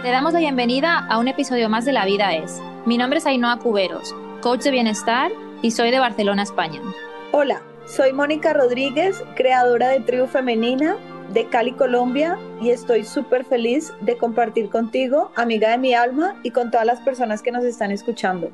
Te damos la bienvenida a un episodio más de La Vida Es. Mi nombre es Ainhoa Cuberos, coach de bienestar y soy de Barcelona, España. Hola, soy Mónica Rodríguez, creadora de Tribu Femenina de Cali, Colombia, y estoy súper feliz de compartir contigo, amiga de mi alma, y con todas las personas que nos están escuchando.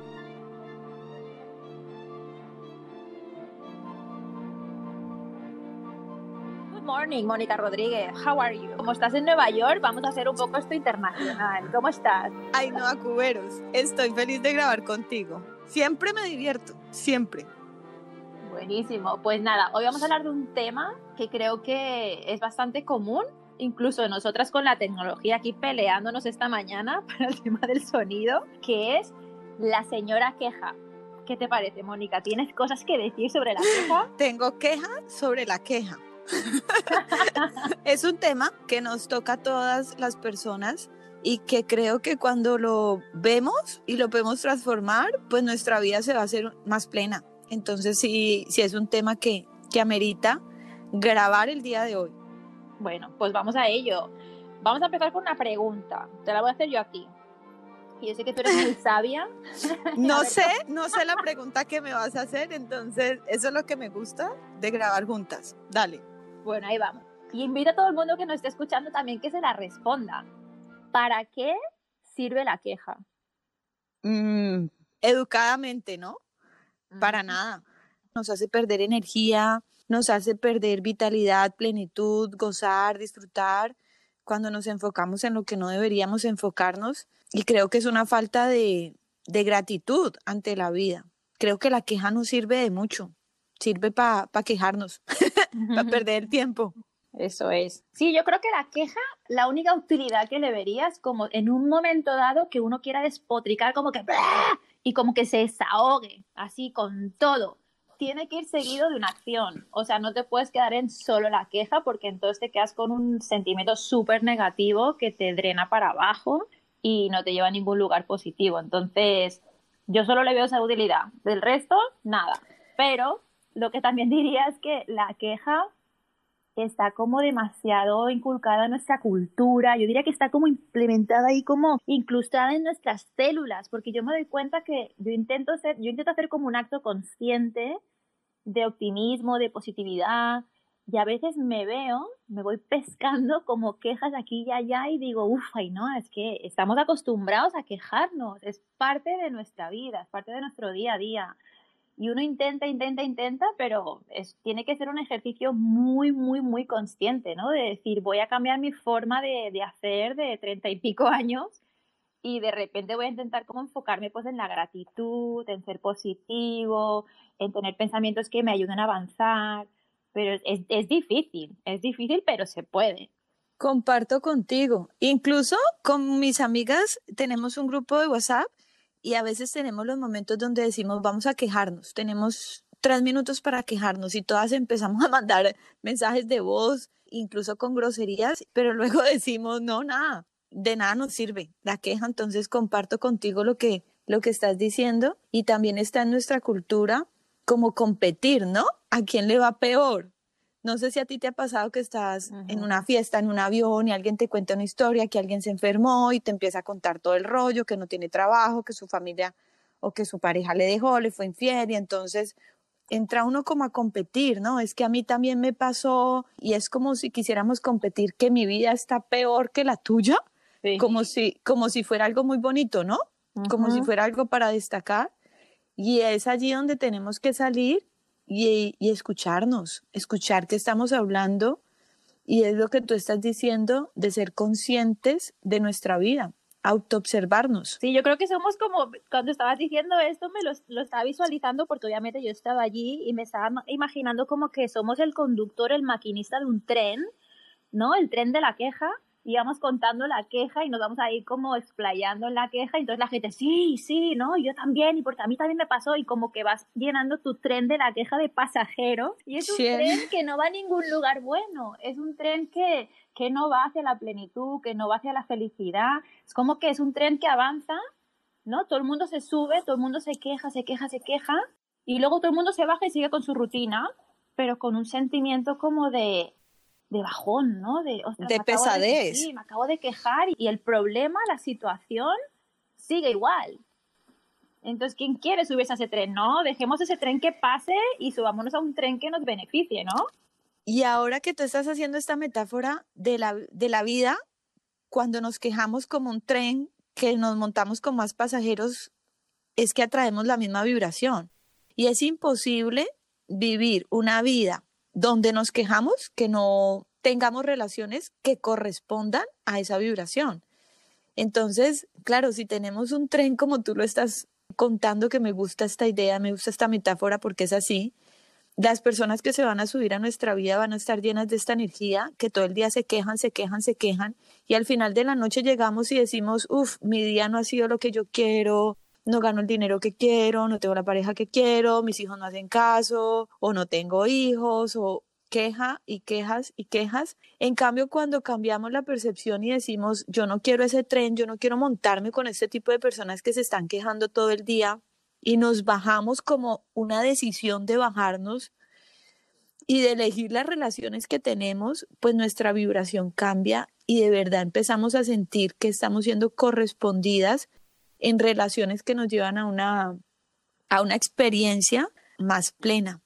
Good morning, Mónica Rodríguez. How are you? Como estás en Nueva York, vamos a hacer un poco esto internacional. ¿Cómo estás? Ainhoa Cuberos, estoy feliz de grabar contigo. Siempre me divierto, siempre. Buenísimo. Pues nada, hoy vamos a hablar de un tema que creo que es bastante común, incluso nosotras con la tecnología aquí peleándonos esta mañana para el tema del sonido, que es la señora queja. ¿Qué te parece, Mónica? ¿Tienes cosas que decir sobre la queja? Tengo queja sobre la queja. Es un tema que nos toca a todas las personas y que creo que cuando lo vemos y lo podemos transformar, pues nuestra vida se va a hacer más plena. Entonces sí es un tema que amerita grabar el día de hoy. Bueno, pues vamos a ello. Vamos a empezar con una pregunta. Te la voy a hacer yo a ti. Y yo sé que tú eres muy sabia. No sé la pregunta que me vas a hacer, entonces eso es lo que me gusta de grabar juntas. Dale. Bueno, ahí vamos. Y invito a todo el mundo que nos esté escuchando también que se la responda. ¿Para qué sirve la queja? Educadamente, ¿no? Para nada. Nos hace perder energía, nos hace perder vitalidad, plenitud, gozar, disfrutar, cuando nos enfocamos en lo que no deberíamos enfocarnos. Y creo que es una falta de gratitud ante la vida. Creo que la queja no sirve de mucho. Sirve para quejarnos, para perder el tiempo. Eso es. Sí, yo creo que la queja, la única utilidad que le vería es como en un momento dado que uno quiera despotricar como que ¡blah! Y como que se desahogue, así con todo. Tiene que ir seguido de una acción. O sea, no te puedes quedar en solo la queja porque entonces te quedas con un sentimiento súper negativo que te drena para abajo y no te lleva a ningún lugar positivo. Entonces, yo solo le veo esa utilidad. Del resto, nada. Pero lo que también diría es que la queja está como demasiado inculcada en nuestra cultura. Yo diría que está como implementada ahí, como incrustada en nuestras células, porque yo me doy cuenta que yo intento hacer como un acto consciente de optimismo, de positividad, y a veces me voy pescando como quejas aquí y allá y digo, ay no, es que estamos acostumbrados a quejarnos, es parte de nuestra vida, es parte de nuestro día a día. Y uno intenta, pero tiene que ser un ejercicio muy, muy, muy consciente, ¿no? De decir, voy a cambiar mi forma de hacer de 30 y pico años y de repente voy a intentar como enfocarme pues en la gratitud, en ser positivo, en tener pensamientos que me ayuden a avanzar. Pero es difícil, pero se puede. Comparto contigo. Incluso con mis amigas tenemos un grupo de WhatsApp y a veces tenemos los momentos donde decimos vamos a quejarnos. Tenemos 3 minutos para quejarnos y todas empezamos a mandar mensajes de voz, incluso con groserías, pero luego decimos no, nada, de nada nos sirve la queja. Entonces comparto contigo lo que estás diciendo y también está en nuestra cultura como competir, ¿no? ¿A quién le va peor? No sé si a ti te ha pasado que estás en una fiesta, en un avión y alguien te cuenta una historia, que alguien se enfermó y te empieza a contar todo el rollo, que no tiene trabajo, que su familia o que su pareja le dejó, le fue infiel y entonces entra uno como a competir, ¿no? Es que a mí también me pasó y es como si quisiéramos competir que mi vida está peor que la tuya, Sí. como si fuera algo muy bonito, ¿no? Como si fuera algo para destacar y es allí donde tenemos que salir y escuchar que estamos hablando y es lo que tú estás diciendo de ser conscientes de nuestra vida, autoobservarnos. Sí, yo creo que somos como, cuando estabas diciendo esto, lo estaba visualizando porque obviamente yo estaba allí y me estaba imaginando como que somos el conductor, el maquinista de un tren, ¿no? El tren de la queja, y vamos contando la queja y nos vamos a ir como explayando en la queja y entonces la gente, sí, ¿no? Yo también, y porque a mí también me pasó, y como que vas llenando tu tren de la queja de pasajeros y es un tren que no va a ningún lugar bueno, es un tren que no va hacia la plenitud, que no va hacia la felicidad, es como que es un tren que avanza, ¿no? Todo el mundo se sube, todo el mundo se queja y luego todo el mundo se baja y sigue con su rutina, pero con un sentimiento como de de bajón, ¿no? De, ostras, de pesadez. Sí, me acabo de quejar y el problema, la situación sigue igual. Entonces, ¿quién quiere subirse a ese tren? No, dejemos ese tren que pase y subámonos a un tren que nos beneficie, ¿no? Y ahora que tú estás haciendo esta metáfora de la vida, cuando nos quejamos como un tren que nos montamos con más pasajeros, es que atraemos la misma vibración. Y es imposible vivir una vida donde nos quejamos que no tengamos relaciones que correspondan a esa vibración. Entonces, claro, si tenemos un tren como tú lo estás contando, que me gusta esta idea, me gusta esta metáfora porque es así, las personas que se van a subir a nuestra vida van a estar llenas de esta energía, que todo el día se quejan, se quejan, se quejan, y al final de la noche llegamos y decimos, mi día no ha sido lo que yo quiero, no gano el dinero que quiero, no tengo la pareja que quiero, mis hijos no hacen caso, o no tengo hijos, o queja y quejas y quejas. En cambio, cuando cambiamos la percepción y decimos, yo no quiero ese tren, yo no quiero montarme con este tipo de personas que se están quejando todo el día, y nos bajamos como una decisión de bajarnos y de elegir las relaciones que tenemos, pues nuestra vibración cambia y de verdad empezamos a sentir que estamos siendo correspondidas en relaciones que nos llevan a una experiencia más plena.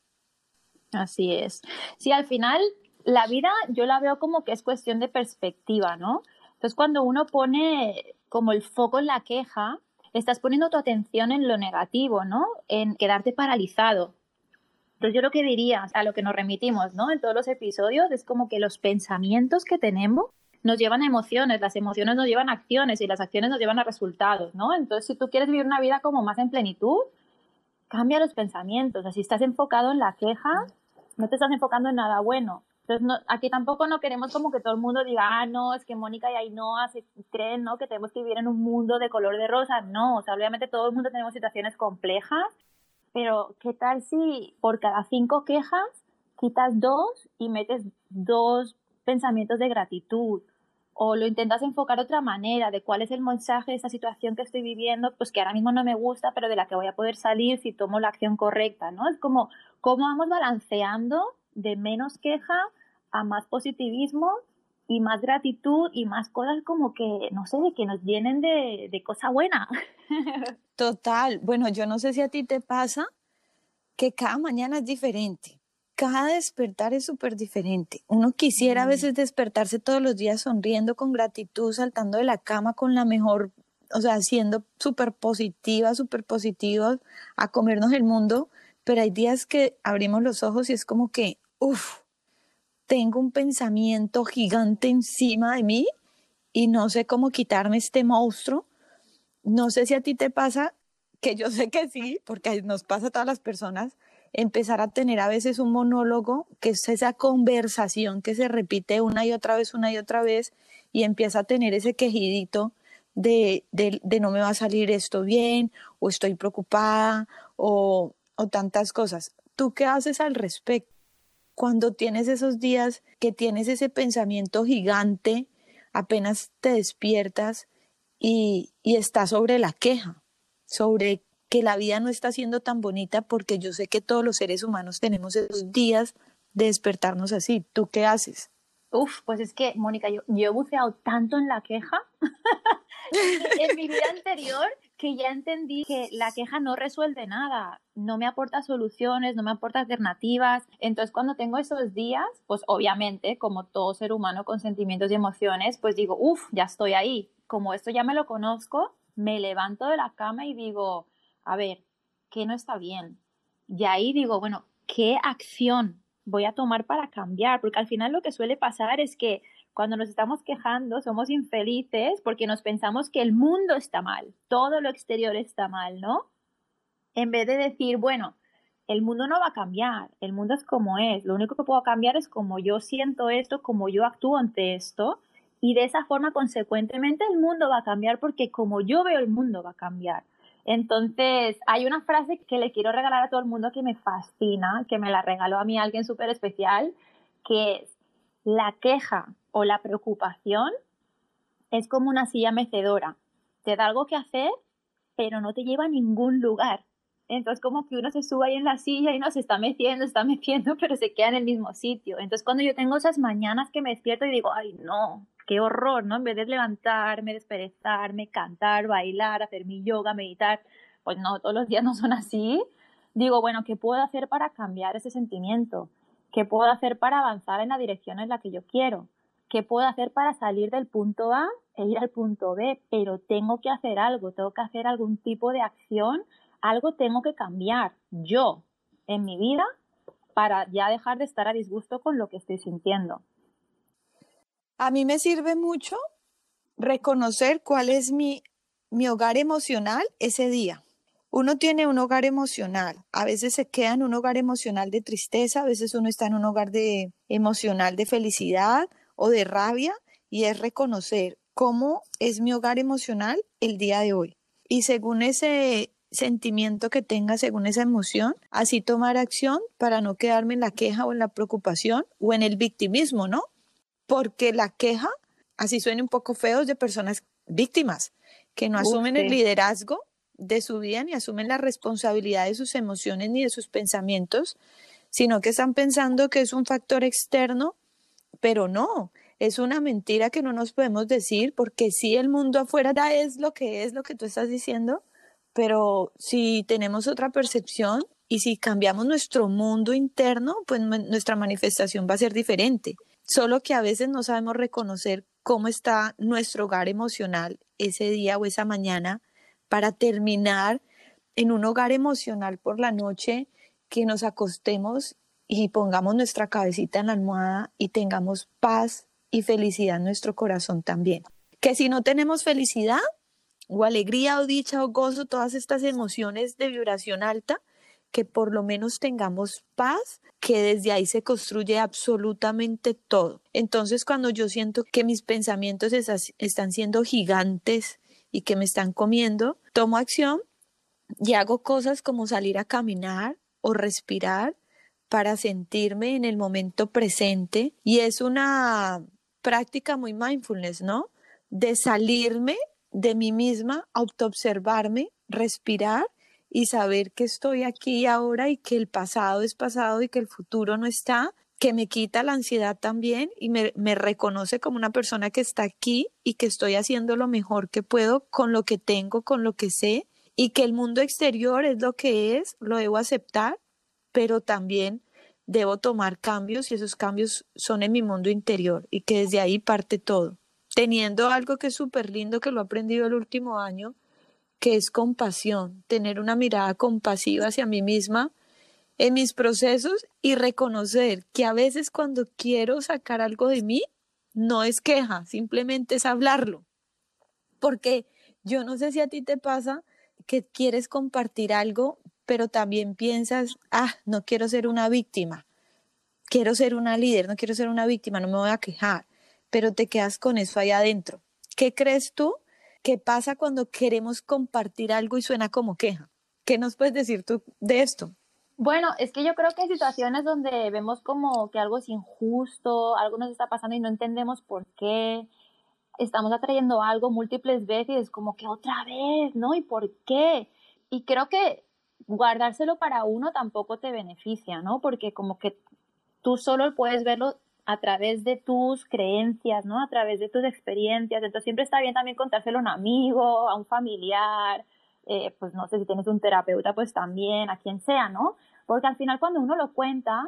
Así es. Sí, al final la vida yo la veo como que es cuestión de perspectiva, ¿no? Entonces cuando uno pone como el foco en la queja, estás poniendo tu atención en lo negativo, ¿no? En quedarte paralizado. Entonces yo lo que diría, a lo que nos remitimos, ¿no? En todos los episodios, es como que los pensamientos que tenemos nos llevan a emociones, las emociones nos llevan a acciones y las acciones nos llevan a resultados, ¿no? Entonces si tú quieres vivir una vida como más en plenitud, cambia los pensamientos. Así estás enfocado en la queja, no te estás enfocando en nada bueno. Entonces, no, aquí tampoco no queremos como que todo el mundo diga, no, es que Mónica y Ainhoa se creen, ¿no? Que tenemos que vivir en un mundo de color de rosa. No, o sea, obviamente todo el mundo tenemos situaciones complejas, pero ¿qué tal si por cada 5 quejas quitas 2 y metes 2 pensamientos de gratitud? O lo intentas enfocar de otra manera, de cuál es el mensaje de esta situación que estoy viviendo, pues que ahora mismo no me gusta, pero de la que voy a poder salir si tomo la acción correcta, ¿no? Es como cómo vamos balanceando de menos queja a más positivismo y más gratitud y más cosas como que, no sé, que nos llenen de cosa buena. Total. Bueno, yo no sé si a ti te pasa que cada mañana es diferente. Cada despertar es súper diferente. Uno quisiera a veces despertarse todos los días sonriendo, con gratitud, saltando de la cama con la mejor, o sea, siendo súper positivos a comernos el mundo, pero hay días que abrimos los ojos y es como que, tengo un pensamiento gigante encima de mí y no sé cómo quitarme este monstruo. No sé si a ti te pasa, que yo sé que sí, porque nos pasa a todas las personas, empezar a tener a veces un monólogo, que es esa conversación que se repite una y otra vez, y empieza a tener ese quejidito de no me va a salir esto bien, o estoy preocupada, o tantas cosas. ¿Tú qué haces al respecto cuando tienes esos días que tienes ese pensamiento gigante, apenas te despiertas y estás sobre la queja, sobre que la vida no está siendo tan bonita? Porque yo sé que todos los seres humanos tenemos esos días de despertarnos así. ¿Tú qué haces? Pues es que, Mónica, yo he buceado tanto en la queja en mi vida anterior que ya entendí que la queja no resuelve nada, no me aporta soluciones, no me aporta alternativas. Entonces, cuando tengo esos días, pues obviamente, como todo ser humano con sentimientos y emociones, pues digo, ya estoy ahí. Como esto ya me lo conozco, me levanto de la cama y digo, a ver, ¿qué no está bien? Y ahí digo, bueno, ¿qué acción voy a tomar para cambiar? Porque al final lo que suele pasar es que cuando nos estamos quejando somos infelices porque nos pensamos que el mundo está mal, todo lo exterior está mal, ¿no? En vez de decir, bueno, el mundo no va a cambiar, el mundo es como es, lo único que puedo cambiar es cómo yo siento esto, cómo yo actúo ante esto, y de esa forma, consecuentemente, el mundo va a cambiar porque como yo veo el mundo va a cambiar. Entonces, hay una frase que le quiero regalar a todo el mundo que me fascina, que me la regaló a mí alguien súper especial, que es: la queja o la preocupación es como una silla mecedora. Te da algo que hacer, pero no te lleva a ningún lugar. Entonces como que uno se sube ahí en la silla y no se está metiendo, pero se queda en el mismo sitio. Entonces cuando yo tengo esas mañanas que me despierto y digo, ay no, qué horror, ¿no? En vez de levantarme, desperezarme, cantar, bailar, hacer mi yoga, meditar, pues no, todos los días no son así. Digo, bueno, ¿qué puedo hacer para cambiar ese sentimiento? ¿Qué puedo hacer para avanzar en la dirección en la que yo quiero? ¿Qué puedo hacer para salir del punto A e ir al punto B? Pero tengo que hacer algo, tengo que hacer algún tipo de acción, algo tengo que cambiar yo en mi vida para ya dejar de estar a disgusto con lo que estoy sintiendo. A mí me sirve mucho reconocer cuál es mi hogar emocional ese día. Uno tiene un hogar emocional, a veces se queda en un hogar emocional de tristeza, a veces uno está en un hogar emocional de felicidad o de rabia, y es reconocer cómo es mi hogar emocional el día de hoy. Y según ese sentimiento que tenga, según esa emoción, así tomar acción para no quedarme en la queja o en la preocupación o en el victimismo, ¿no? Porque la queja, así suena un poco feo, es de personas víctimas que no asumen el liderazgo de su vida ni asumen la responsabilidad de sus emociones ni de sus pensamientos, sino que están pensando que es un factor externo, pero no, es una mentira que no nos podemos decir, porque sí, el mundo afuera es lo que tú estás diciendo, pero si tenemos otra percepción y si cambiamos nuestro mundo interno, pues nuestra manifestación va a ser diferente. Solo que a veces no sabemos reconocer cómo está nuestro hogar emocional ese día o esa mañana para terminar en un hogar emocional por la noche, que nos acostemos y pongamos nuestra cabecita en la almohada y tengamos paz y felicidad en nuestro corazón también. Que si no tenemos felicidad o alegría o dicha o gozo, todas estas emociones de vibración alta, que por lo menos tengamos paz, que desde ahí se construye absolutamente todo. Entonces, cuando yo siento que mis pensamientos están siendo gigantes y que me están comiendo, tomo acción y hago cosas como salir a caminar o respirar para sentirme en el momento presente, y es una práctica muy mindfulness, ¿no? De salirme de mí misma, autoobservarme, respirar y saber que estoy aquí y ahora y que el pasado es pasado y que el futuro no está, que me quita la ansiedad también y me reconoce como una persona que está aquí y que estoy haciendo lo mejor que puedo con lo que tengo, con lo que sé, y que el mundo exterior es lo que es, lo debo aceptar, pero también debo tomar cambios y esos cambios son en mi mundo interior y que desde ahí parte todo. Teniendo algo que es súper lindo, que lo he aprendido el último año, que es compasión, tener una mirada compasiva hacia mí misma en mis procesos y reconocer que a veces cuando quiero sacar algo de mí, no es queja, simplemente es hablarlo. Porque yo no sé si a ti te pasa que quieres compartir algo, pero también piensas, no quiero ser una víctima, quiero ser una líder, no quiero ser una víctima, no me voy a quejar, pero te quedas con eso ahí adentro. ¿Qué crees tú que pasa cuando queremos compartir algo y suena como queja? ¿Qué nos puedes decir tú de esto? Bueno, es que yo creo que hay situaciones donde vemos como que algo es injusto, algo nos está pasando y no entendemos por qué. Estamos atrayendo algo múltiples veces, como que otra vez, ¿no? ¿Y por qué? Y creo que guardárselo para uno tampoco te beneficia, ¿no? Porque como que tú solo puedes verlo a través de tus creencias, ¿no? A través de tus experiencias. Entonces siempre está bien también contárselo a un amigo, a un familiar, pues no sé, si tienes un terapeuta, pues también, a quien sea, ¿no? Porque al final cuando uno lo cuenta,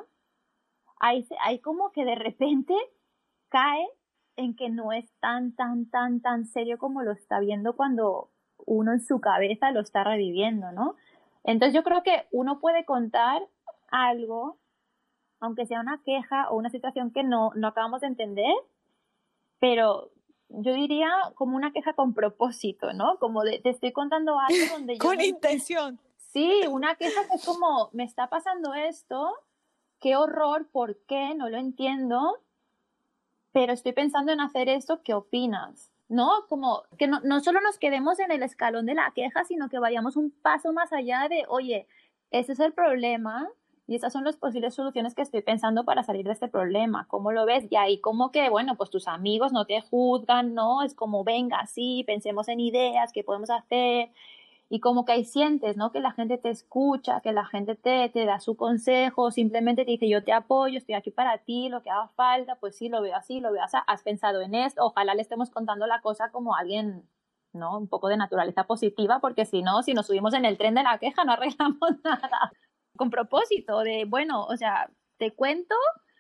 hay como que de repente cae en que no es tan serio como lo está viendo cuando uno en su cabeza lo está reviviendo, ¿no? Entonces yo creo que uno puede contar algo, aunque sea una queja o una situación que no acabamos de entender, pero yo diría como una queja con propósito, ¿no? Como de, te estoy contando algo donde yo... Con intención. Sí, una queja que es como, me está pasando esto, qué horror, ¿por qué? No lo entiendo, pero estoy pensando en hacer esto, ¿qué opinas? ¿No? Como que no solo nos quedemos en el escalón de la queja, sino que vayamos un paso más allá de, oye, ese es el problema y estas son las posibles soluciones que estoy pensando para salir de este problema. ¿Cómo lo ves? Y ahí como que, bueno, pues tus amigos no te juzgan, ¿no? Es como, venga, sí, pensemos en ideas, ¿qué podemos hacer? y como que ahí sientes, ¿no? Que la gente te escucha, que la gente te da su consejo, simplemente te dice yo te apoyo, estoy aquí para ti, lo que haga falta, pues sí, lo veo así, lo veo así, has pensado en esto, ojalá le estemos contando la cosa como a alguien, ¿no? Un poco de naturaleza positiva, porque si no, si nos subimos en el tren de la queja no arreglamos nada. Con propósito de, bueno, o sea, te cuento,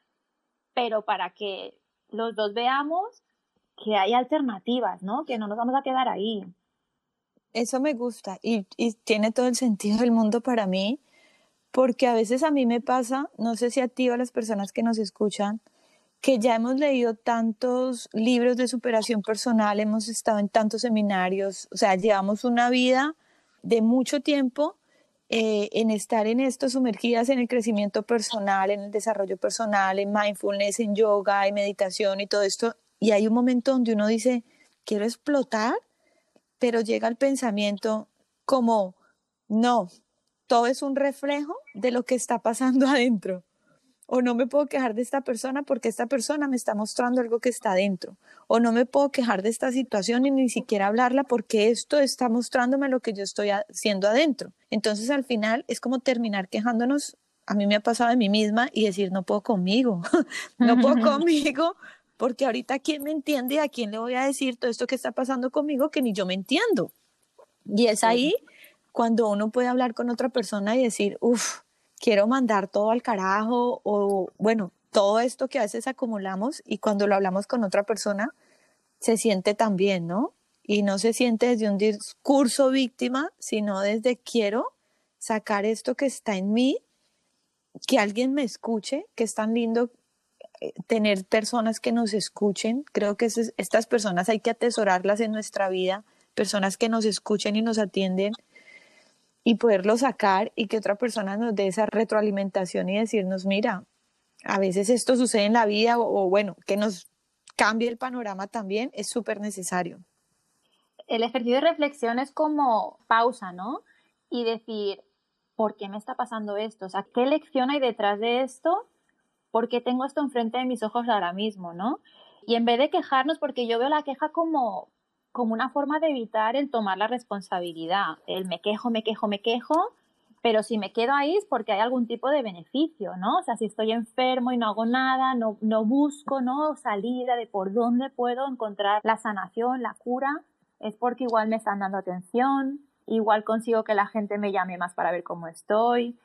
pero para que los dos veamos que hay alternativas, ¿no? Que no nos vamos a quedar ahí. Eso me gusta y tiene todo el sentido del mundo para mí, porque a veces a mí me pasa, no sé si a ti o a las personas que nos escuchan, que ya hemos leído tantos libros de superación personal, hemos estado en tantos seminarios, o sea, llevamos una vida de mucho tiempo en estar en esto, sumergidas en el crecimiento personal, en el desarrollo personal, en mindfulness, en yoga, en meditación y todo esto, y hay un momento donde uno dice, quiero explotar, pero llega el pensamiento como, no, todo es un reflejo de lo que está pasando adentro. O no me puedo quejar de esta persona porque esta persona me está mostrando algo que está adentro. O no me puedo quejar de esta situación y ni siquiera hablarla porque esto está mostrándome lo que yo estoy haciendo adentro. Entonces al final es como terminar quejándonos. A mí me ha pasado de mí misma y decir no puedo conmigo, no puedo conmigo porque ahorita quién me entiende y a quién le voy a decir todo esto que está pasando conmigo que ni yo me entiendo. Y es ahí cuando uno puede hablar con otra persona y decir, uff, quiero mandar todo al carajo o bueno, todo esto que a veces acumulamos y cuando lo hablamos con otra persona se siente tan bien, ¿no? Y no se siente desde un discurso víctima, sino desde quiero sacar esto que está en mí, que alguien me escuche, que es tan lindo tener personas que nos escuchen. Creo que estas personas hay que atesorarlas en nuestra vida, personas que nos escuchen y nos atienden y poderlo sacar y que otra persona nos dé esa retroalimentación y decirnos, mira, a veces esto sucede en la vida o bueno, que nos cambie el panorama también es súper necesario. El ejercicio de reflexión es como pausa, ¿no? Y decir, ¿por qué me está pasando esto? O sea, ¿qué lección hay detrás de esto? ¿Por qué tengo esto enfrente de mis ojos ahora mismo, no? Y en vez de quejarnos, porque yo veo la queja como una forma de evitar el tomar la responsabilidad. El me quejo, me quejo, me quejo, pero si me quedo ahí es porque hay algún tipo de beneficio, ¿no? O sea, si estoy enfermo y no hago nada, no busco, ¿no? Salida de por dónde puedo encontrar la sanación, la cura, es porque igual me están dando atención, igual consigo que la gente me llame más para ver cómo estoy,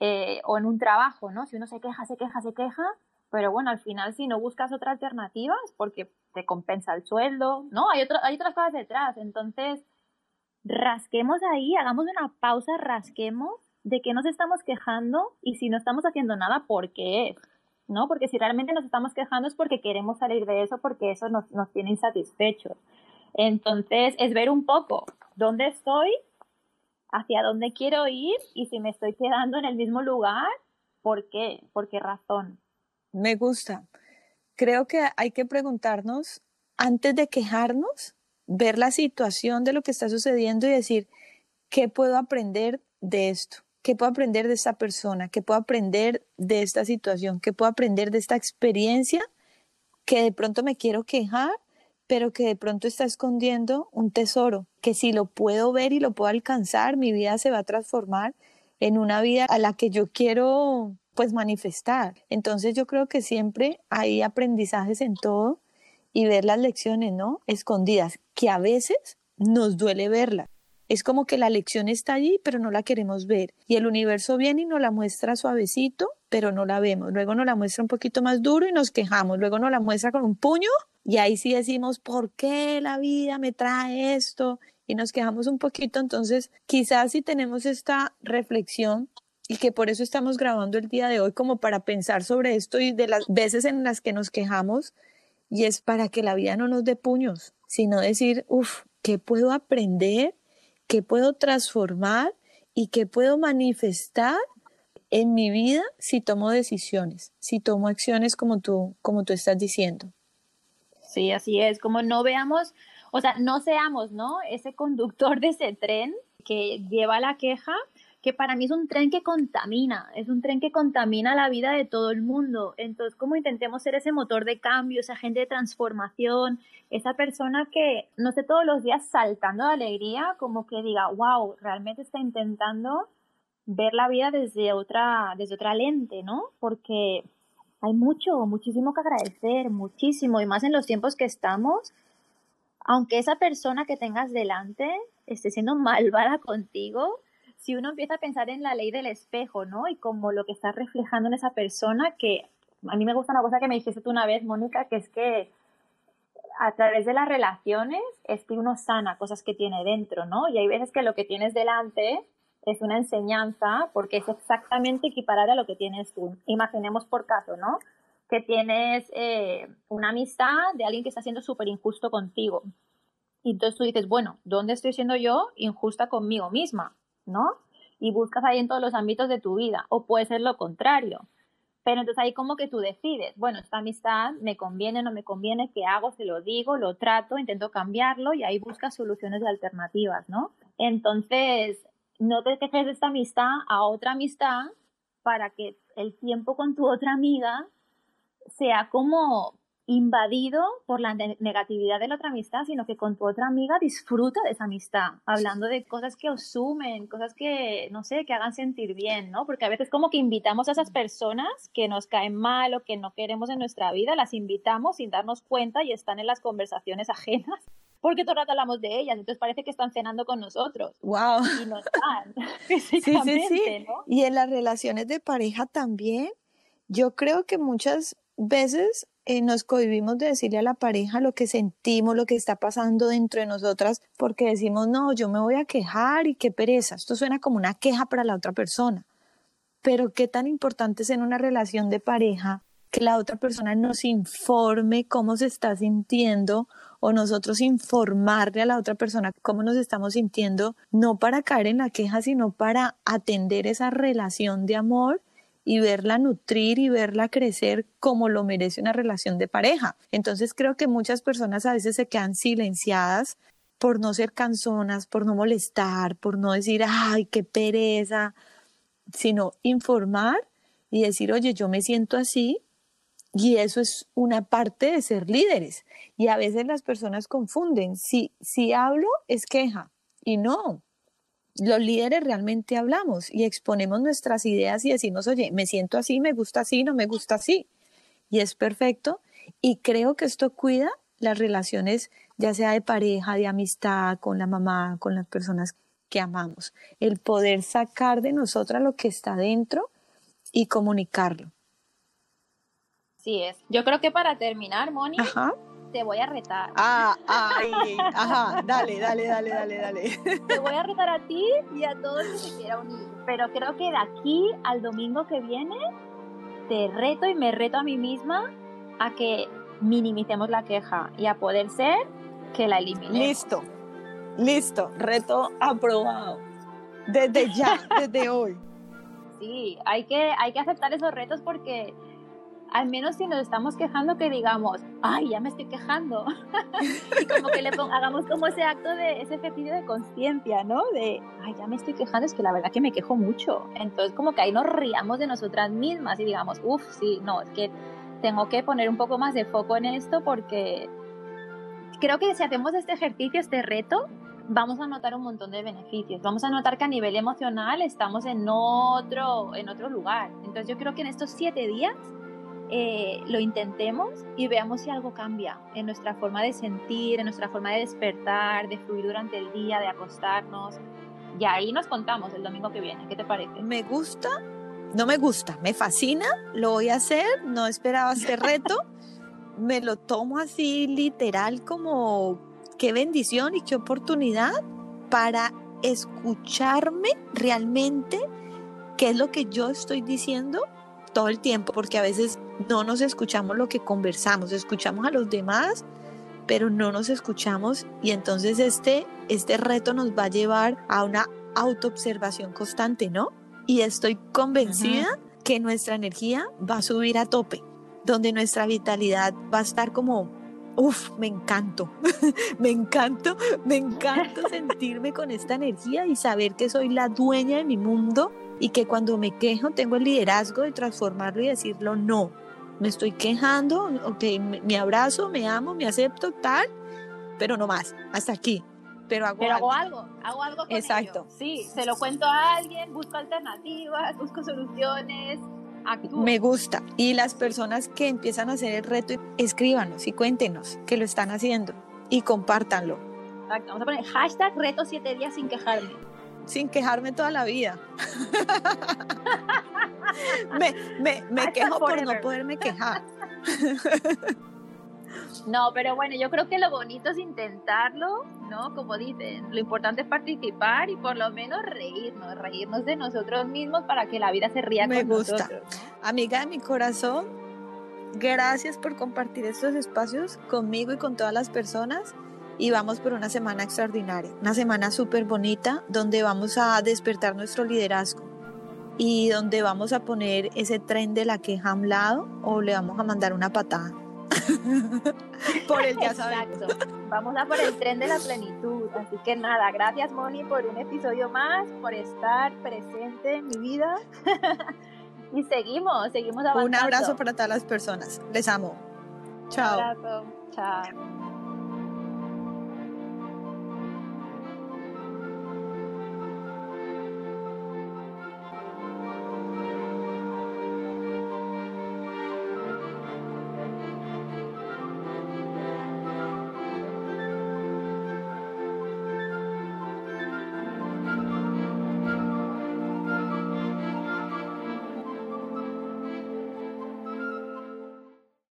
o en un trabajo, ¿no? Si uno se queja, se queja, se queja, pero bueno, al final si no buscas otra alternativa es porque te compensa el sueldo, ¿no? Hay otras cosas detrás, entonces rasquemos ahí, hagamos una pausa, rasquemos de qué nos estamos quejando y si no estamos haciendo nada, ¿por qué es? ¿No? Porque si realmente nos estamos quejando es porque queremos salir de eso, porque eso nos tiene insatisfechos. Entonces, es ver un poco dónde estoy, hacia dónde quiero ir y si me estoy quedando en el mismo lugar, ¿por qué? ¿Por qué razón? Me gusta. Creo que hay que preguntarnos, antes de quejarnos, ver la situación de lo que está sucediendo y decir, ¿qué puedo aprender de esto? ¿Qué puedo aprender de esta persona? ¿Qué puedo aprender de esta situación? ¿Qué puedo aprender de esta experiencia que de pronto me quiero quejar, pero que de pronto está escondiendo un tesoro? Que si lo puedo ver y lo puedo alcanzar, mi vida se va a transformar en una vida a la que yo quiero pues manifestar. Entonces yo creo que siempre hay aprendizajes en todo y ver las lecciones, ¿no? Escondidas, que a veces nos duele verlas. Es como que la lección está allí, pero no la queremos ver. Y el universo viene y nos la muestra suavecito, pero no la vemos. Luego nos la muestra un poquito más duro y nos quejamos. Luego nos la muestra con un puño y ahí sí decimos, ¿por qué la vida me trae esto? Y nos quejamos un poquito. Entonces, quizás si tenemos esta reflexión y que por eso estamos grabando el día de hoy, como para pensar sobre esto y de las veces en las que nos quejamos, y es para que la vida no nos dé puños, sino decir, uff, ¿qué puedo aprender? ¿Qué puedo transformar? ¿Y qué puedo manifestar en mi vida si tomo decisiones, si tomo acciones como tú estás diciendo? Sí, así es, como no veamos, o sea, no seamos, ¿no? Ese conductor de ese tren que lleva la queja, que para mí es un tren que contamina, es un tren que contamina la vida de todo el mundo. Entonces, como intentemos ser ese motor de cambio, esa agente de transformación, esa persona que no esté todos los días saltando de alegría, como que diga, wow, realmente está intentando ver la vida desde otra lente, ¿no? Porque hay muchísimo que agradecer, muchísimo, y más en los tiempos que estamos, aunque esa persona que tengas delante esté siendo malvada contigo, si uno empieza a pensar en la ley del espejo, ¿no? Y como lo que está reflejando en esa persona, que a mí me gusta una cosa que me dijiste tú una vez, Mónica, que es que a través de las relaciones es que uno sana cosas que tiene dentro, ¿no? Y hay veces que lo que tienes delante es una enseñanza porque es exactamente equiparable a lo que tienes tú. Imaginemos por caso, ¿no? Que tienes una amistad de alguien que está siendo súper injusto contigo. Y entonces tú dices, bueno, ¿dónde estoy siendo yo injusta conmigo misma? ¿No? Y buscas ahí en todos los ámbitos de tu vida. O puede ser lo contrario. Pero entonces ahí como que tú decides, bueno, esta amistad me conviene, no me conviene, ¿qué hago? Se lo digo, lo trato, intento cambiarlo y ahí buscas soluciones y alternativas, ¿no? Entonces, no te quejes de esta amistad a otra amistad para que el tiempo con tu otra amiga sea como invadido por la negatividad de la otra amistad, sino que con tu otra amiga disfruta de esa amistad, hablando de cosas que os sumen, cosas que, no sé, que hagan sentir bien, ¿no? Porque a veces como que invitamos a esas personas que nos caen mal o que no queremos en nuestra vida, las invitamos sin darnos cuenta y están en las conversaciones ajenas, porque todo el rato hablamos de ellas, entonces parece que están cenando con nosotros. Wow. Y no están, físicamente, sí. ¿no? Y en las relaciones de pareja también, yo creo que muchas veces nos cohibimos de decirle a la pareja lo que sentimos, lo que está pasando dentro de nosotras, porque decimos, no, yo me voy a quejar y qué pereza. Esto suena como una queja para la otra persona. Pero qué tan importante es en una relación de pareja que la otra persona nos informe cómo se está sintiendo o nosotros informarle a la otra persona cómo nos estamos sintiendo, no para caer en la queja, sino para atender esa relación de amor y verla nutrir y verla crecer como lo merece una relación de pareja. Entonces creo que muchas personas a veces se quedan silenciadas por no ser cansonas, por no molestar, por no decir, ay, qué pereza, sino informar y decir, oye, yo me siento así, y eso es una parte de ser líderes. Y a veces las personas confunden, si hablo es queja, y no. Los líderes realmente hablamos y exponemos nuestras ideas y decimos, oye, me siento así, me gusta así, no me gusta así. Y es perfecto. Y creo que esto cuida las relaciones, ya sea de pareja, de amistad, con la mamá, con las personas que amamos. El poder sacar de nosotras lo que está dentro y comunicarlo. Sí es. Yo creo que para terminar, Moni, Ajá. te voy a retar. Ajá, dale. Te voy a retar a ti y a todos los que se quiera unir. Pero creo que de aquí al domingo que viene, te reto y me reto a mí misma a que minimicemos la queja y a poder ser que la eliminemos. Listo. Reto aprobado. Desde ya, desde hoy. Sí, hay que aceptar esos retos porque al menos si nos estamos quejando, que digamos, ay, ya me estoy quejando. Y como que hagamos como ese acto de ese ejercicio de conciencia, ¿no? De, ay, ya me estoy quejando, es que la verdad que me quejo mucho. Entonces como que ahí nos riamos de nosotras mismas y digamos, uff, sí, no, es que tengo que poner un poco más de foco en esto porque creo que si hacemos este ejercicio, este reto, vamos a notar un montón de beneficios. Vamos a notar que a nivel emocional estamos en otro lugar. Entonces yo creo que en estos 7 días lo intentemos y veamos si algo cambia en nuestra forma de sentir, en nuestra forma de despertar, de fluir durante el día, de acostarnos. Y ahí nos contamos el domingo que viene. ¿Qué te parece? Me gusta, no me gusta, me fascina, lo voy a hacer, no esperaba este reto, me lo tomo así literal como qué bendición y qué oportunidad para escucharme realmente qué es lo que yo estoy diciendo todo el tiempo, porque a veces no nos escuchamos lo que conversamos, escuchamos a los demás, pero no nos escuchamos y entonces este reto nos va a llevar a una autoobservación constante, ¿no? Y estoy convencida que nuestra energía va a subir a tope, donde nuestra vitalidad va a estar como me encanto, me encanto sentirme con esta energía y saber que soy la dueña de mi mundo y que cuando me quejo tengo el liderazgo de transformarlo y decirlo no. Me estoy quejando, ok, me abrazo, me amo, me acepto tal, pero no más, hasta aquí. Pero hago algo con exacto. ello. Sí, se lo cuento a alguien, busco alternativas, busco soluciones, actúo. Me gusta. Y las personas que empiezan a hacer el reto, escríbanos y cuéntenos que lo están haciendo y compártanlo. Exacto. Vamos a poner hashtag reto 7 días sin quejarme. Sin quejarme toda la vida. me quejo por no poderme quejar. No, pero bueno, yo creo que lo bonito es intentarlo, ¿no? Como dicen, lo importante es participar y por lo menos reírnos de nosotros mismos para que la vida se ría con nosotros. Me gusta. Amiga de mi corazón, gracias por compartir estos espacios conmigo y con todas las personas. Y vamos por una semana extraordinaria, una semana súper bonita donde vamos a despertar nuestro liderazgo y donde vamos a poner ese tren de la queja a un lado o le vamos a mandar una patada. Por el ya sabemos. Exacto. Vamos a por el tren de la plenitud. Así que nada, gracias Moni por un episodio más, por estar presente en mi vida. Y seguimos avanzando. Un abrazo para todas las personas. Les amo. Chao. Un abrazo. Chao.